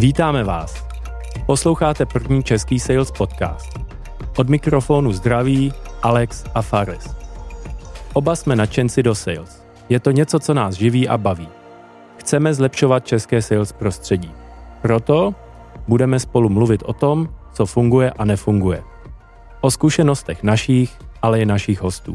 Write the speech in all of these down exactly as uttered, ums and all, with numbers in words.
Vítáme vás. Posloucháte první český sales podcast. Od mikrofonu zdraví Alex a Fares. Oba jsme nadšenci do sales. Je to něco, co nás živí a baví. Chceme zlepšovat české sales prostředí. Proto budeme spolu mluvit o tom, co funguje a nefunguje. O zkušenostech našich, ale i našich hostů.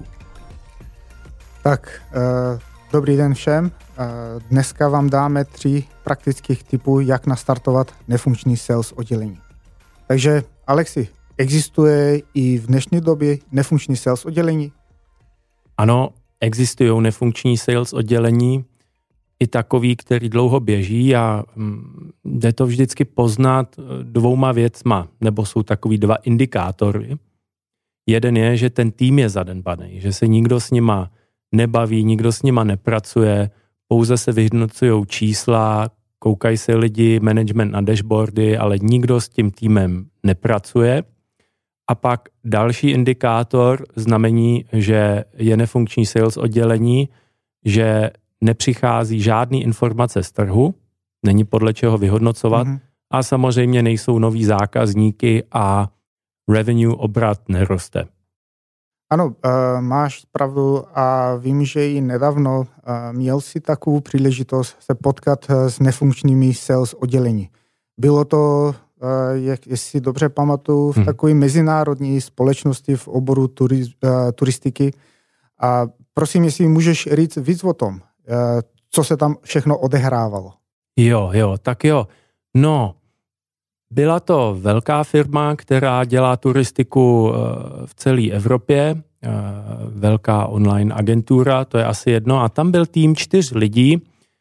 Tak, uh, dobrý den všem. Uh, dneska vám dáme tři praktických typů, jak nastartovat nefunkční sales oddělení. Takže, Alexi, existuje i v dnešní době nefunkční sales oddělení? Ano, existují nefunkční sales oddělení, i takový, který dlouho běží a hm, jde to vždycky poznat dvouma věcma, nebo jsou takový dva indikátory. Jeden je, že ten tým je zanedbaný, že se nikdo s nima nebaví, nikdo s nima nepracuje, pouze se vyhodnocují čísla, koukají se lidi, management na dashboardy, ale nikdo s tím týmem nepracuje. A pak další indikátor znamení, že je nefunkční sales oddělení, že nepřichází žádný informace z trhu, není podle čeho vyhodnocovat mm-hmm. a samozřejmě nejsou noví zákazníky a revenue, obrat neroste. Ano, uh, máš pravdu a vím, že i nedávno uh, měl si takovou příležitost se potkat uh, s nefunkčními sales oddělení. Bylo to, uh, jak, jestli si dobře pamatuju, v hmm. takové mezinárodní společnosti v oboru turi, uh, turistiky. A prosím, jestli můžeš říct víc o tom, uh, co se tam všechno odehrávalo. Jo, jo, tak jo. No, byla to velká firma, která dělá turistiku v celé Evropě, velká online agentura, to je asi jedno, a tam byl tým čtyř lidí,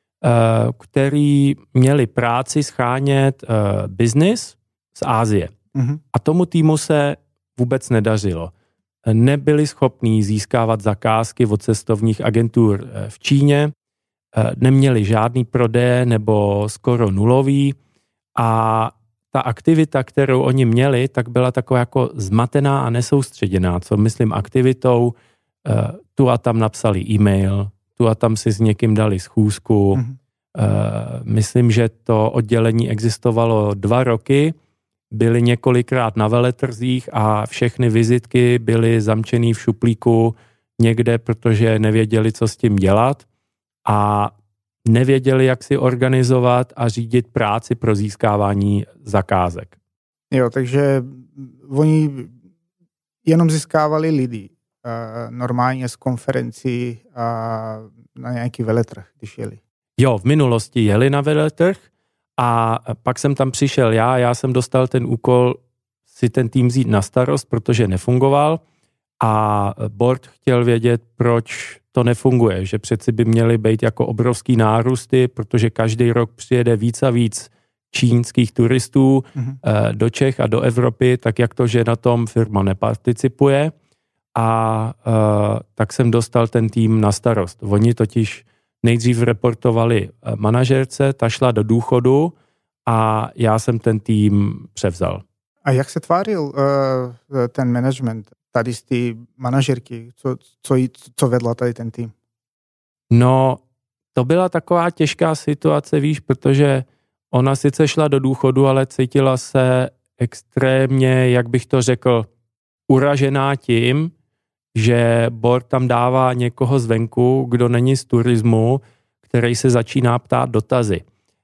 který měli práci schánět biznis z Asie. Mm-hmm. A tomu týmu se vůbec nedařilo. Nebyli schopní získávat zakázky od cestovních agentur v Číně, neměli žádný prodeje nebo skoro nulový a ta aktivita, kterou oni měli, tak byla taková jako zmatená a nesoustředěná. Co myslím aktivitou, tu a tam napsali e-mail, tu a tam si s někým dali schůzku. Mm-hmm. Myslím, že to oddělení existovalo dva roky, byli několikrát na veletrzích a všechny vizitky byly zamčený v šuplíku někde, protože nevěděli, co s tím dělat a nevěděli, jak si organizovat a řídit práci pro získávání zakázek. Jo, takže oni jenom získávali lidi normálně z konferencí a na nějaký veletrh, když jeli. Jo, v minulosti jeli na veletrh a pak jsem tam přišel já, já jsem dostal ten úkol si ten tým vzít na starost, protože nefungoval a board chtěl vědět, proč to nefunguje, že přeci by měly být jako obrovský nárůsty, protože každý rok přijede víc a víc čínských turistů mm-hmm. do Čech a do Evropy, tak jak to, že na tom firma neparticipuje a uh, tak jsem dostal ten tým na starost. Oni totiž nejdřív reportovali manažerce, ta šla do důchodu a já jsem ten tým převzal. A jak se tvářil uh, ten management? Tady z té manažerky, co, co, co vedla tady ten tým? No, to byla taková těžká situace, víš, protože ona sice šla do důchodu, ale cítila se extrémně, jak bych to řekl, uražená tím, že board tam dává někoho zvenku, kdo není z turismu, který se začíná ptát dotazy.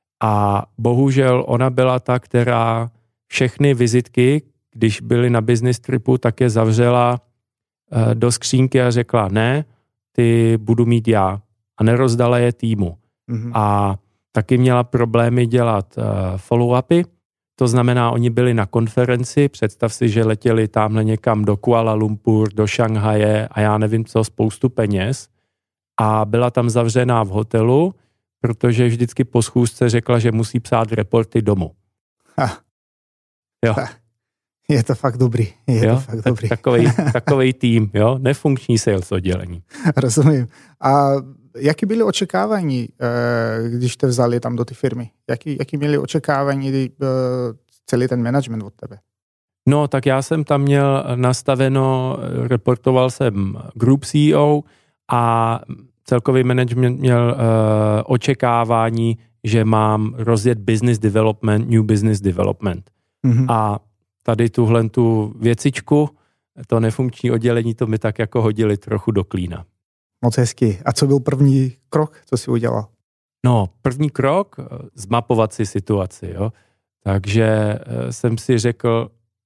A bohužel ona byla ta, která všechny vizitky, když byli na business tripu, tak je zavřela do skřínky a řekla, ne, ty budu mít já. A nerozdala je týmu. Mm-hmm. A taky měla problémy dělat follow-upy. To znamená, oni byli na konferenci, představ si, že letěli tamhle někam do Kuala Lumpur, do Šanghaje a já nevím co, spoustu peněz. A byla tam zavřená v hotelu, protože vždycky po schůzce řekla, že musí psát reporty domů. Ha. Jo. Ha. Je to fakt dobrý. Je jo? to fakt dobrý. Takový, takový tým, jo? Nefunkční sales oddělení. Rozumím. A jaký byly očekávání, když te vzali tam do ty firmy? Jaký, jaký měli očekávání celý ten management od tebe? No, tak já jsem tam měl nastaveno, reportoval jsem Group C E O a celkový management měl uh, očekávání, že mám rozjet business development, new business development. Mm-hmm. A tady tuhle tu věcičku, to nefunkční oddělení, to mi tak jako hodili trochu do klína. Moc hezky. A co byl první krok, co jsi udělal? No, první krok, zmapovat si situaci, jo. Takže jsem si řekl,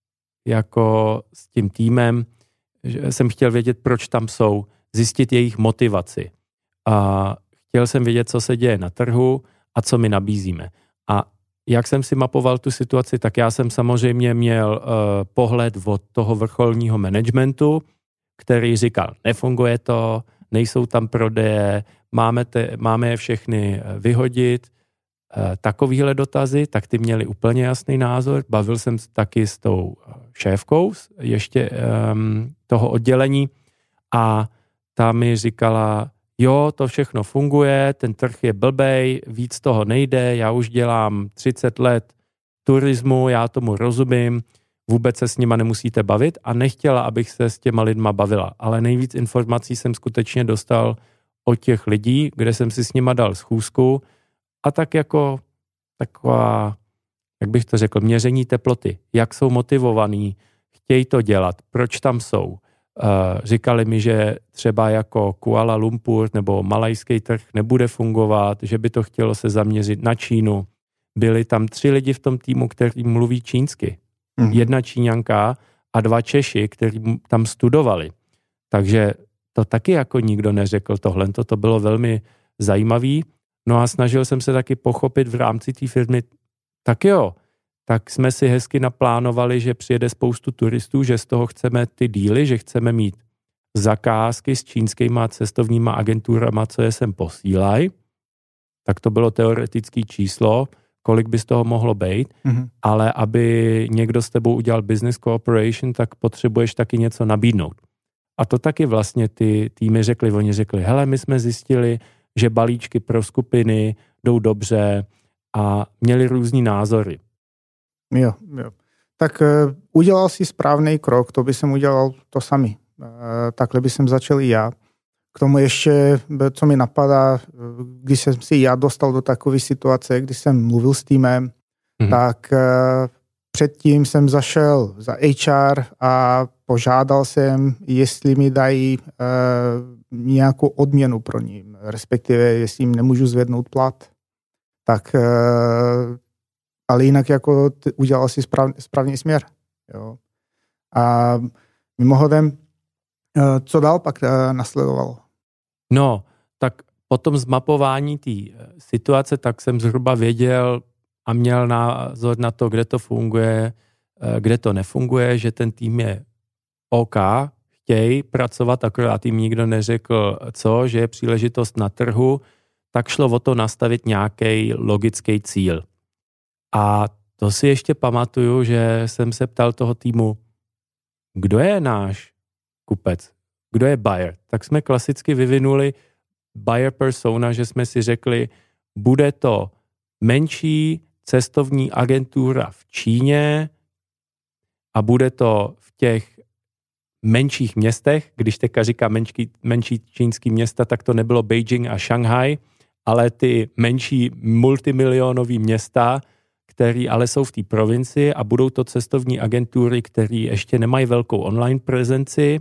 jako s tím týmem, že jsem chtěl vědět, proč tam jsou, zjistit jejich motivaci. A chtěl jsem vědět, co se děje na trhu a co my nabízíme. A jak jsem si mapoval tu situaci, tak já jsem samozřejmě měl uh, pohled od toho vrcholního managementu, který říkal, nefunguje to, nejsou tam prodeje, máme, te, máme je všechny vyhodit. Uh, takovýhle dotazy, tak ty měli úplně jasný názor. Bavil jsem se taky s tou šéfkou ještě um, toho oddělení a ta mi říkala, jo, to všechno funguje, ten trh je blbej, víc toho nejde, já už dělám třicet let turismu, já tomu rozumím, vůbec se s nima nemusíte bavit a nechtěla, abych se s těma lidma bavila. Ale nejvíc informací jsem skutečně dostal od těch lidí, kde jsem si s nima dal schůzku a tak jako taková, jak bych to řekl, měření teploty, jak jsou motivovaní, chtějí to dělat, proč tam jsou. Uh, říkali mi, že třeba jako Kuala Lumpur nebo malajský trh nebude fungovat, že by to chtělo se zaměřit na Čínu. Byli tam tři lidi v tom týmu, kteří mluví čínsky. Mm. Jedna Číňanka a dva Češi, kteří tam studovali. Takže to taky jako nikdo neřekl tohle. To bylo velmi zajímavý. No a snažil jsem se taky pochopit v rámci té firmy, tak jo, tak jsme si hezky naplánovali, že přijede spoustu turistů, že z toho chceme ty díly, že chceme mít zakázky s čínskýma cestovníma agenturama, co je sem posílají. Tak to bylo teoretické číslo, kolik by z toho mohlo být, mm-hmm. ale aby někdo s tebou udělal business cooperation, tak potřebuješ taky něco nabídnout. A to taky vlastně ty týmy řekli, oni řekli, hele, my jsme zjistili, že balíčky pro skupiny jdou dobře a měli různý názory. Jo, jo. Tak uh, udělal si správný krok, to by jsem udělal to sami. Uh, takhle by jsem začal i já. K tomu ještě, co mi napadá, když jsem si já dostal do takové situace, kdy jsem mluvil s týmem, mm-hmm. tak uh, předtím jsem zašel za há er a požádal jsem, jestli mi dají uh, nějakou odměnu pro ním, respektive jestli jim nemůžu zvednout plat. Tak uh, ale jinak jako ty udělal si správ, správný směr. Jo. A mimochodem, co dál pak nasledovalo? No, tak po tom zmapování té situace, tak jsem zhruba věděl a měl názor na to, kde to funguje, kde to nefunguje, že ten tým je OK, chtějí pracovat, akorát jim nikdo neřekl co, že je příležitost na trhu, tak šlo o to nastavit nějaký logický cíl. A to si ještě pamatuju, že jsem se ptal toho týmu, kdo je náš kupec, kdo je buyer. Tak jsme klasicky vyvinuli buyer persona, že jsme si řekli, bude to menší cestovní agentura v Číně a bude to v těch menších městech, když teďka říká menší, menší čínský města, tak to nebylo Beijing a Šanghaj, ale ty menší multimilionové města, který ale jsou v té provincii a budou to cestovní agentury, které ještě nemají velkou online prezenci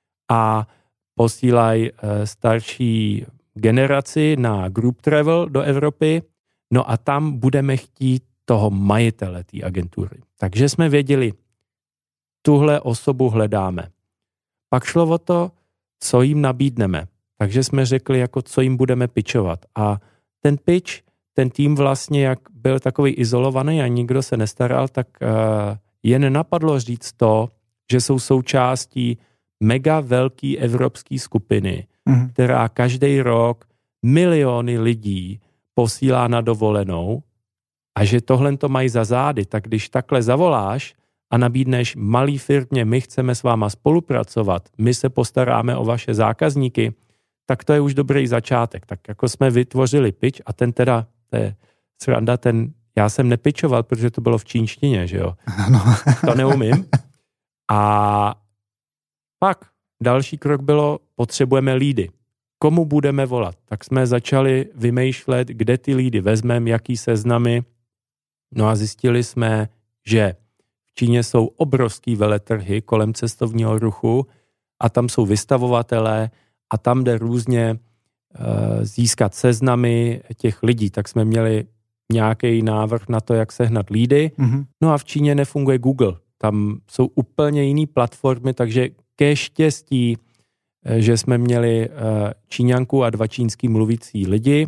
a posílají starší generaci na group travel do Evropy. No a tam budeme chtít toho majitele té agentury. Takže jsme věděli, tuhle osobu hledáme. Pak šlo o to, co jim nabídneme. Takže jsme řekli, jako co jim budeme pitchovat. A ten pitch, ten tým vlastně, jak byl takový izolovaný a nikdo se nestaral, tak uh, je nenapadlo říct to, že jsou součástí mega velký evropský skupiny, mm. která každý rok miliony lidí posílá na dovolenou a že tohle to mají za zády, tak když takhle zavoláš a nabídneš malý firmě, my chceme s váma spolupracovat, my se postaráme o vaše zákazníky, tak to je už dobrý začátek. Tak jako jsme vytvořili pitch a ten teda, to je sranda, ten, já jsem nepitchoval, protože to bylo v čínštině, že jo? No. To neumím. A pak další krok bylo, potřebujeme lídy. komu budeme volat. Tak jsme začali vymýšlet, kde ty lídy vezmeme, jaký seznamy. No a zjistili jsme, že v Číně jsou obrovský veletrhy kolem cestovního ruchu a tam jsou vystavovatelé a tam jde různě e, získat seznamy těch lidí. Tak jsme měli nějaký návrh na to, jak sehnat lídy. Mm-hmm. No a v Číně nefunguje Google. Tam jsou úplně jiné platformy, takže ke štěstí, že jsme měli Číňanku a dva čínský mluvící lidi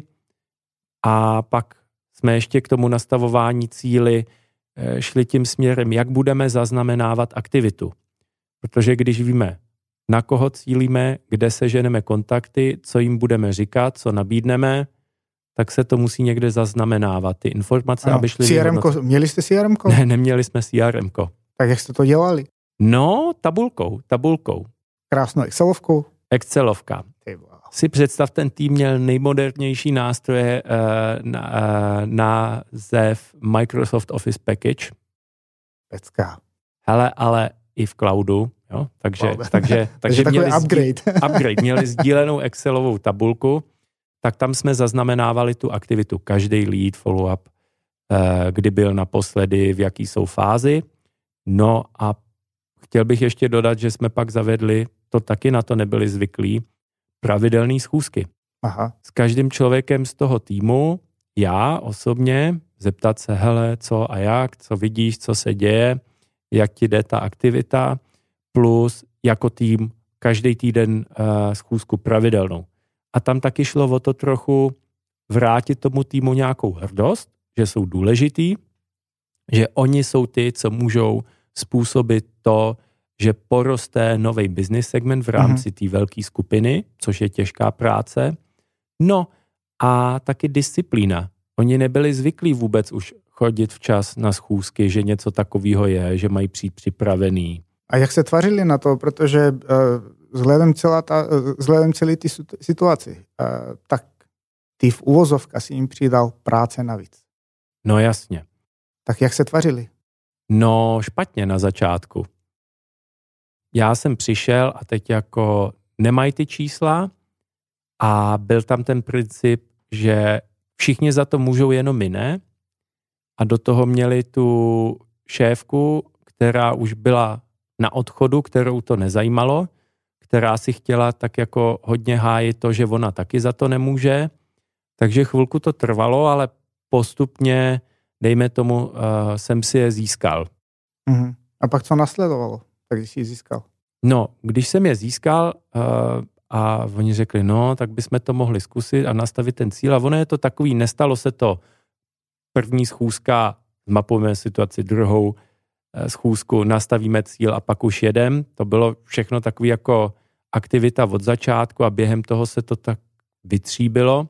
a pak jsme ještě k tomu nastavování cíli šli tím směrem, jak budeme zaznamenávat aktivitu. Protože když víme, na koho cílíme, kde seženeme kontakty, co jim budeme říkat, co nabídneme, tak se to musí někde zaznamenávat. Ty informace, ano, aby šly... C R M ko, měli jste C R M ko? Ne, neměli jsme C R M ko. Tak jak jste to dělali? No, tabulkou, tabulkou. Krásnou Excelovkou? Excelovka. Si představ, ten tým měl nejmodernější nástroje uh, na uh, název Microsoft Office Package. Pecka. Hele, ale i v cloudu, jo? Takže, wow. takže, takže takový měli upgrade. Sdí, upgrade. Měli sdílenou Excelovou tabulku, tak tam jsme zaznamenávali tu aktivitu, každý lead, follow-up, uh, kdy byl naposledy, v jaký jsou fázi. No a chtěl bych ještě dodat, že jsme pak zavedli, to taky na to nebyli zvyklí, pravidelné schůzky. Aha. S každým člověkem z toho týmu, já osobně, zeptat se, hele, co a jak, co vidíš, co se děje, jak ti jde ta aktivita, plus jako tým každý týden uh, schůzku pravidelnou. A tam taky šlo o to trochu vrátit tomu týmu nějakou hrdost, že jsou důležitý, že oni jsou ty, co můžou způsobit to, že poroste nový business segment v rámci té velké skupiny, což je těžká práce. No a taky disciplína. Oni nebyli zvyklí vůbec už chodit včas na schůzky, že něco takového je, že mají přijít připravený. A jak se tvařili na to? Protože uh, vzhledem, celá ta, uh, vzhledem celé ty situaci, uh, tak ty v uvozovkách si jim přidal práce navíc. No jasně. Tak jak se tvařili? No špatně na začátku. Já jsem přišel a teď jako nemají ty čísla a byl tam ten princip, že všichni za to můžou, jenom my ne. A do toho měli tu šéfku, která už byla na odchodu, kterou to nezajímalo, která si chtěla tak jako hodně hájit to, že ona taky za to nemůže. Takže chvilku to trvalo, ale postupně, dejme tomu, uh, jsem si je získal. Uh-huh. A pak co nasledovalo, tak když jsi je získal? No, když jsem je získal uh, a oni řekli, no, tak bychom to mohli zkusit a nastavit ten cíl. A ono je to takový, nestalo se to první schůzka, zmapujeme situaci, druhou uh, schůzku, nastavíme cíl a pak už jedem. To bylo všechno takový jako aktivita od začátku a během toho se to tak vytříbilo.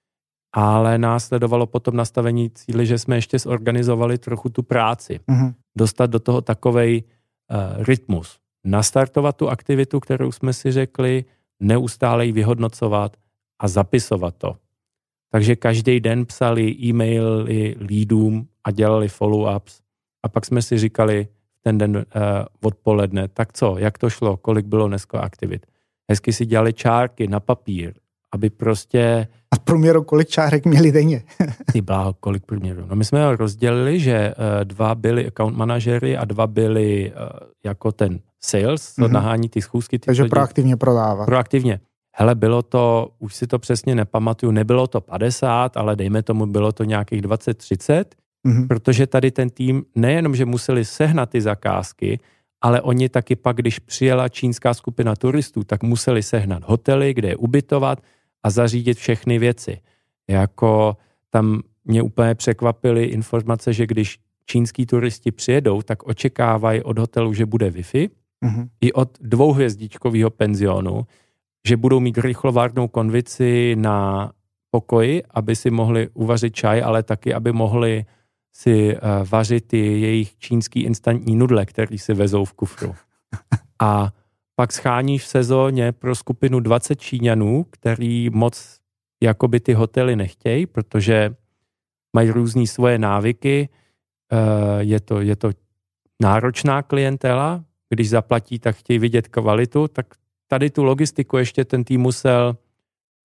Ale následovalo potom nastavení cíly, že jsme ještě zorganizovali trochu tu práci. Uh-huh. Dostat do toho takovej uh, rytmus. Nastartovat tu aktivitu, kterou jsme si řekli, neustále ji vyhodnocovat a zapisovat to. Takže každý den psali e-maily lídům a dělali follow-ups. A pak jsme si říkali ten den uh, odpoledne, tak co, jak to šlo, kolik bylo dneska aktivit. Hezky si dělali čárky na papír, aby prostě... A v průměru kolik čárek měli denně? Ty bláho, kolik průměru. No my jsme ho rozdělili, že uh, dva byli account manažery a dva byli uh, jako ten sales, mm-hmm. to nahání ty schůzky. Ty Takže proaktivně prodávat. Proaktivně. Hele, bylo to, už si to přesně nepamatuju, nebylo to padesát, ale dejme tomu, bylo to nějakých dvacet třicet, mm-hmm. protože tady ten tým nejenom, že museli sehnat ty zakázky, ale oni taky pak, když přijela čínská skupina turistů, tak museli sehnat hotely, kde je ubytovat a zařídit všechny věci. Jako tam mě úplně překvapily informace, že když čínský turisti přijedou, tak očekávají od hotelu, že bude Wi-Fi, mm-hmm. i od dvouhvězdičkového penzionu, že budou mít rychlovárnou konvici na pokoji, aby si mohli uvařit čaj, ale taky, aby mohli si uh, vařit ty jejich čínský instantní nudle, který si vezou v kufru. A pak scháníš v sezóně pro skupinu dvacet Číňanů, který moc jakoby ty hotely nechtějí, protože mají různý svoje návyky. Uh, je to, je to náročná klientela, když zaplatí, tak chtějí vidět kvalitu, tak tady tu logistiku ještě ten tým musel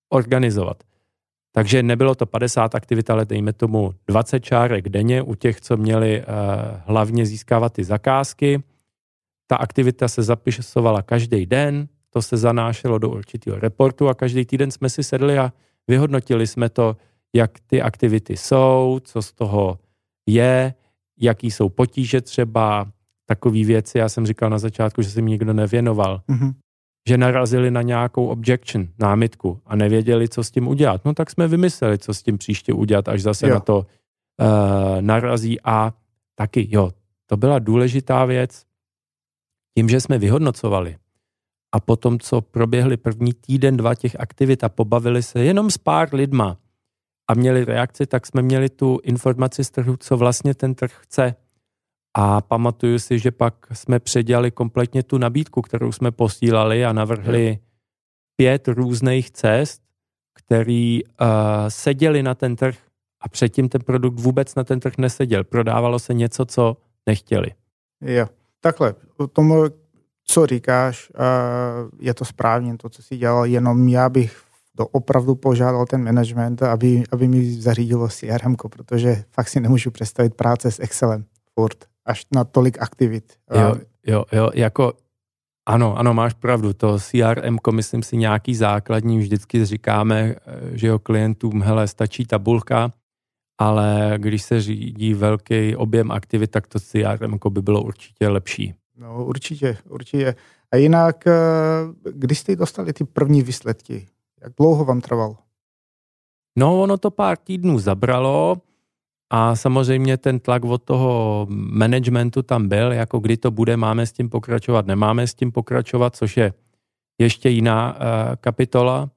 organizovat. Takže nebylo to padesát aktivit, ale dejme tomu dvacet čárek denně u těch, co měli uh, hlavně získávat ty zakázky. Ta aktivita se zapisovala každý den, to se zanášelo do určitého reportu a každý týden jsme si sedli a vyhodnotili jsme to, jak ty aktivity jsou, co z toho je, jaký jsou potíže třeba, takové věci. Já jsem říkal na začátku, že se mi nikdo nevěnoval. Mm-hmm. Že narazili na nějakou objection, námitku a nevěděli, co s tím udělat. No tak jsme vymysleli, co s tím příště udělat, až zase jo. na to uh, narazí. A taky, jo, to byla důležitá věc. Tím, že jsme vyhodnocovali a potom, co proběhly první týden, dva těch aktivit a pobavili se jenom s pár lidma a měli reakci, tak jsme měli tu informaci z trhu, co vlastně ten trh chce. A pamatuju si, že pak jsme předělali kompletně tu nabídku, kterou jsme posílali a navrhli pět různých cest, který uh, seděli na ten trh a předtím ten produkt vůbec na ten trh neseděl. Prodávalo se něco, co nechtěli. Jo, takhle. Tomu, co říkáš, je to správně, to, co jsi dělal, jenom já bych to opravdu požádal ten management, aby, aby mi zařídilo C R M ko, protože fakt si nemůžu představit práce s Excelem furt, až na tolik aktivit. Jo, jo, jo, jako ano, ano, máš pravdu, to C R M ko, myslím si, nějaký základní, vždycky říkáme, že jo, klientům, hele, stačí tabulka, ale když se řídí velký objem aktivit, tak to C R M ko by bylo určitě lepší. No určitě, určitě. A jinak, když jste dostali ty první výsledky, jak dlouho vám trvalo? No, ono to pár týdnů zabralo a samozřejmě ten tlak od toho managementu tam byl, jako kdy to bude, máme s tím pokračovat, nemáme s tím pokračovat, což je ještě jiná uh, kapitola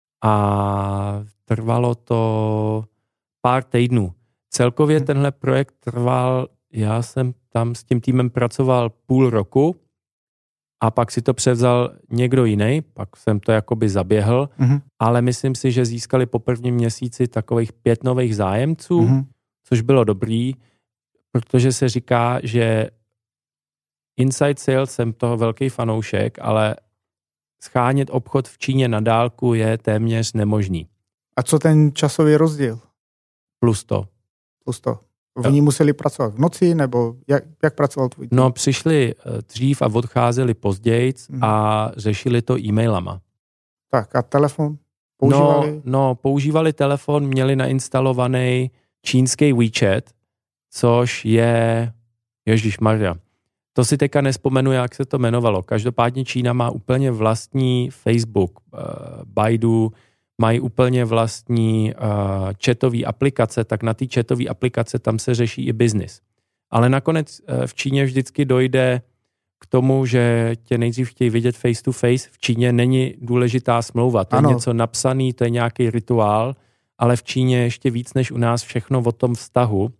a trvalo to pár týdnů. Celkově hmm. tenhle projekt trval, já jsem tam s tím týmem pracoval půl roku a pak si to převzal někdo jiný, pak jsem to jakoby zaběhl, mm-hmm. ale myslím si, že získali po prvním měsíci takových pět nových zájemců, mm-hmm. což bylo dobrý, protože se říká, že inside sales jsem toho velký fanoušek, ale schánět obchod v Číně na dálku je téměř nemožný. A co ten časový rozdíl? Plus to. Plus to. Oni museli pracovat v noci, nebo jak, jak pracoval tvůj tým? No, přišli dřív a odcházeli později mm. a řešili to e-mailama. Tak a telefon? Používali? No, no, používali telefon, měli nainstalovaný čínský WeChat, což je, ježišmarja, to si teďka nespomenu, jak se to jmenovalo. Každopádně Čína má úplně vlastní Facebook, uh, Baidu, mají úplně vlastní uh, chatové aplikace, tak na ty chatové aplikace tam se řeší i biznis. Ale nakonec uh, v Číně vždycky dojde k tomu, že tě nejdřív chtějí vidět face to face. V Číně není důležitá smlouva, to ano. je něco napsaný, to je nějaký rituál, ale v Číně ještě víc než u nás všechno o tom vztahu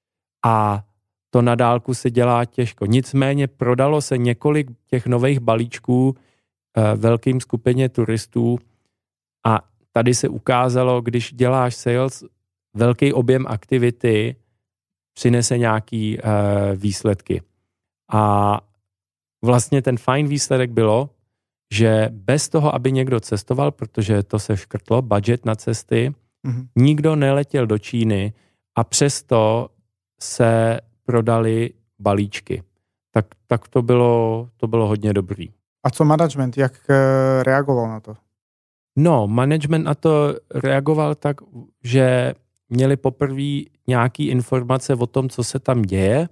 a to na dálku se dělá těžko. Nicméně prodalo se několik těch nových balíčků uh, velkým skupině turistů a tady se ukázalo, když děláš sales, velký objem aktivity přinese nějaký uh, výsledky. A vlastně ten fajn výsledek bylo, že bez toho, aby někdo cestoval, protože to se škrtlo, budget na cesty, mm-hmm. nikdo neletěl do Číny a přesto se prodali balíčky. Tak, tak to bylo, to bylo hodně dobrý. A co management, jak reagoval na to? No, management na to reagoval tak, že měli poprvé nějaký informace o tom, co se tam děje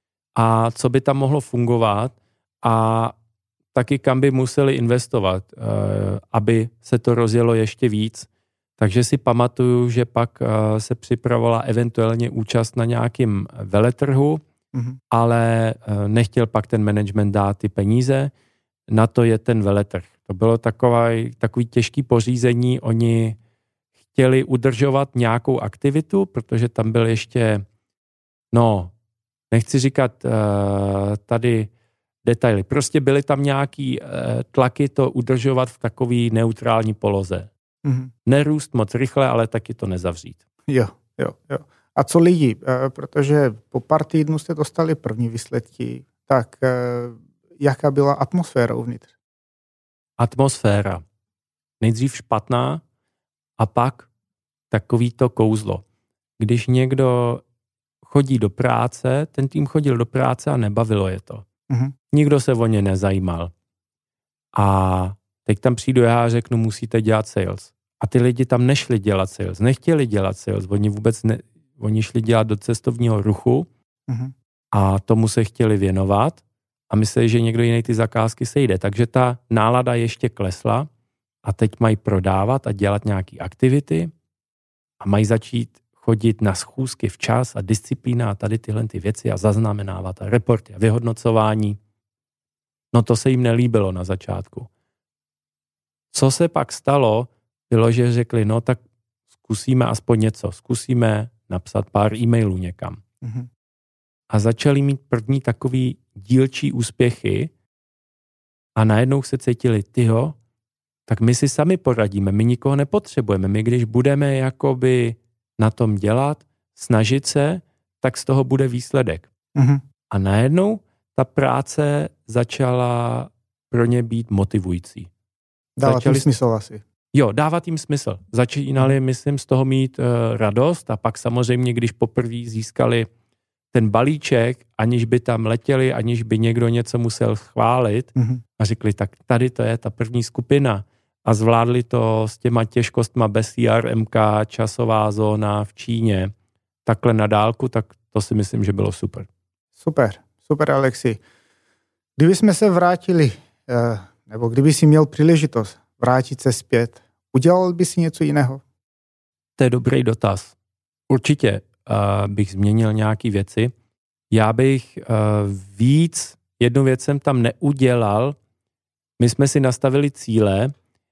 a co by tam mohlo fungovat a taky kam by museli investovat, aby se to rozjelo ještě víc. Takže si pamatuju, že pak se připravovala eventuálně účast na nějakým veletrhu, mm-hmm. ale nechtěl pak ten management dát ty peníze, na to je ten veletrh. To bylo takový, takový těžký pořízení, oni chtěli udržovat nějakou aktivitu, protože tam byl ještě, no, nechci říkat uh, tady detaily, prostě byly tam nějaký uh, tlaky to udržovat v takový neutrální poloze. Mm-hmm. Nerůst moc rychle, ale taky to nezavřít. Jo, jo, jo. A co lidi? Uh, protože po pár týdnů jste dostali první výsledky, tak uh, jaká byla atmosféra uvnitř? Atmosféra. Nejdřív špatná A pak takový to kouzlo. Když někdo chodí do práce, ten tým chodil do práce a nebavilo je to. Mm-hmm. Nikdo se o ně nezajímal. A teď tam přijdu já a řeknu, musíte dělat sales. A ty lidi tam nešli dělat sales, nechtěli dělat sales, oni vůbec ne, oni šli dělat do cestovního ruchu mm-hmm. a tomu se chtěli věnovat a mysleli, že někdo jiný ty zakázky sejde. Takže ta nálada ještě klesla a teď mají prodávat a dělat nějaké aktivity a mají začít chodit na schůzky včas a disciplína a tady tyhle ty věci a zaznamenávat a reporty a vyhodnocování. No to se jim nelíbilo na začátku. Co se pak stalo, bylo, že řekli, no tak zkusíme aspoň něco, zkusíme napsat pár e-mailů někam. Mm-hmm. A začali mít první takový dílčí úspěchy a najednou se cítili, tyjo, tak my si sami poradíme, my nikoho nepotřebujeme, my když budeme jakoby na tom dělat, snažit se, tak z toho bude výsledek. Mm-hmm. A najednou ta práce začala pro ně být motivující. Dává tím smysl asi. Jo, dávat jim smysl. Začínali, myslím, z toho mít uh, radost a pak samozřejmě, když poprvé získali ten balíček, aniž by tam letěli, aniž by někdo něco musel chválit mm-hmm. a řekli, tak tady to je ta první skupina a zvládli to s těma těžkostma bez C R M K, časová zóna v Číně, takhle na dálku, tak to si myslím, že bylo super. Super, super Alexi. Kdyby jsme se vrátili, nebo kdyby si měl příležitost vrátit se zpět, udělal by si něco jiného? To je dobrý dotaz. Určitě uh, bych změnil nějaké věci. Já bych uh, víc, jednu věc jsem tam neudělal, my jsme si nastavili cíle,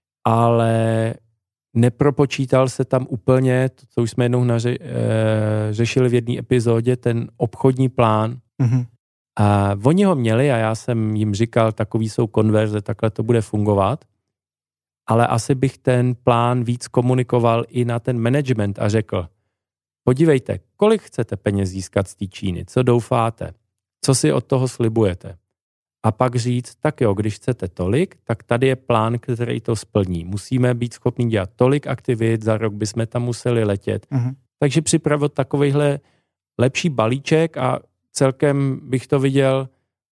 ale nepropočítal se tam úplně, to, co už jsme jednou naře, uh, řešili v jedné epizodě, ten obchodní plán. Mm-hmm. A oni ho měli a já jsem jim říkal, takový jsou konverze, takhle to bude fungovat. Ale asi bych ten plán víc komunikoval i na ten management a řekl, podívejte, kolik chcete peněz získat z té Číny, co doufáte, co si od toho slibujete. A pak říct, tak jo, když chcete tolik, tak tady je plán, který to splní. Musíme být schopni dělat tolik aktivit, za rok bychom tam museli letět. Uh-huh. Takže připravit takovejhle lepší balíček a celkem bych to viděl,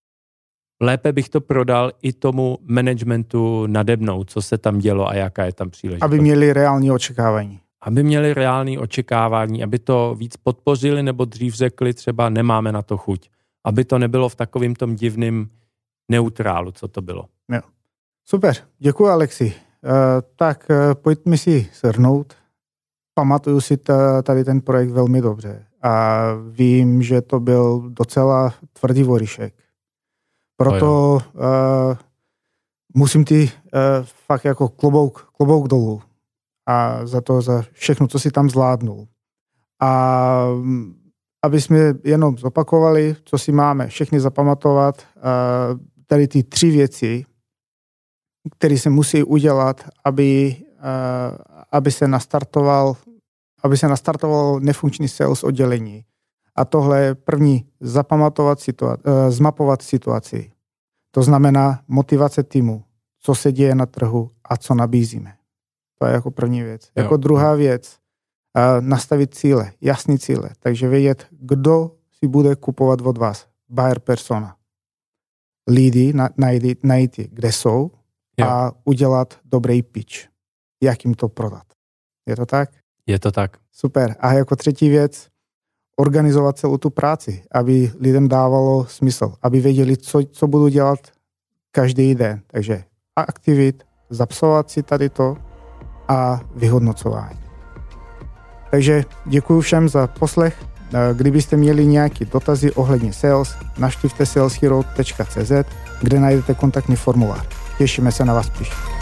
lépe bych to prodal i tomu managementu nade mnou, co se tam dělo a jaká je tam příležitost. Aby měli reální očekávání. Aby měli reální očekávání, aby to víc podpořili nebo dřív řekli třeba nemáme na to chuť. Aby to nebylo v takovým tom divným neutrálu, co to bylo. Jo. Super, děkuji Alexi. Uh, tak uh, pojďme si shrnout. Pamatuju si t- tady ten projekt velmi dobře a vím, že to byl docela tvrdý oříšek. Proto uh, musím ti uh, fakt jako klobouk, klobouk dolů a za to, za všechno, co si tam zvládnul. A aby jsme jenom zopakovali, co si máme všechny zapamatovat, uh, tady ty tři věci, které se musí udělat, aby, uh, aby se nastartoval, aby se nastartoval nefunkční sales oddělení. A tohle je první, zapamatovat situaci, uh, zmapovat situaci. To znamená motivace týmu, co se děje na trhu a co nabízíme. To je jako první věc. Jo. Jako druhá věc, uh, nastavit cíle, jasný cíle. Takže vědět, kdo si bude kupovat od vás. Buyer persona. Lidi na, najít, najít je, kde jsou jo. a udělat dobrý pitch. Jak jim to prodat. Je to tak? Je to tak. Super. A jako třetí věc, organizovat celou tu práci, aby lidem dávalo smysl, aby věděli, co, co budou dělat každý den. Takže aktivit, zapsovat si tady to a vyhodnocování. Takže děkuji všem za poslech. Kdybyste měli nějaké dotazy ohledně sales, navštivte saleshero tečka cé zet, kde najdete kontaktní formulář. Těšíme se na vás příště.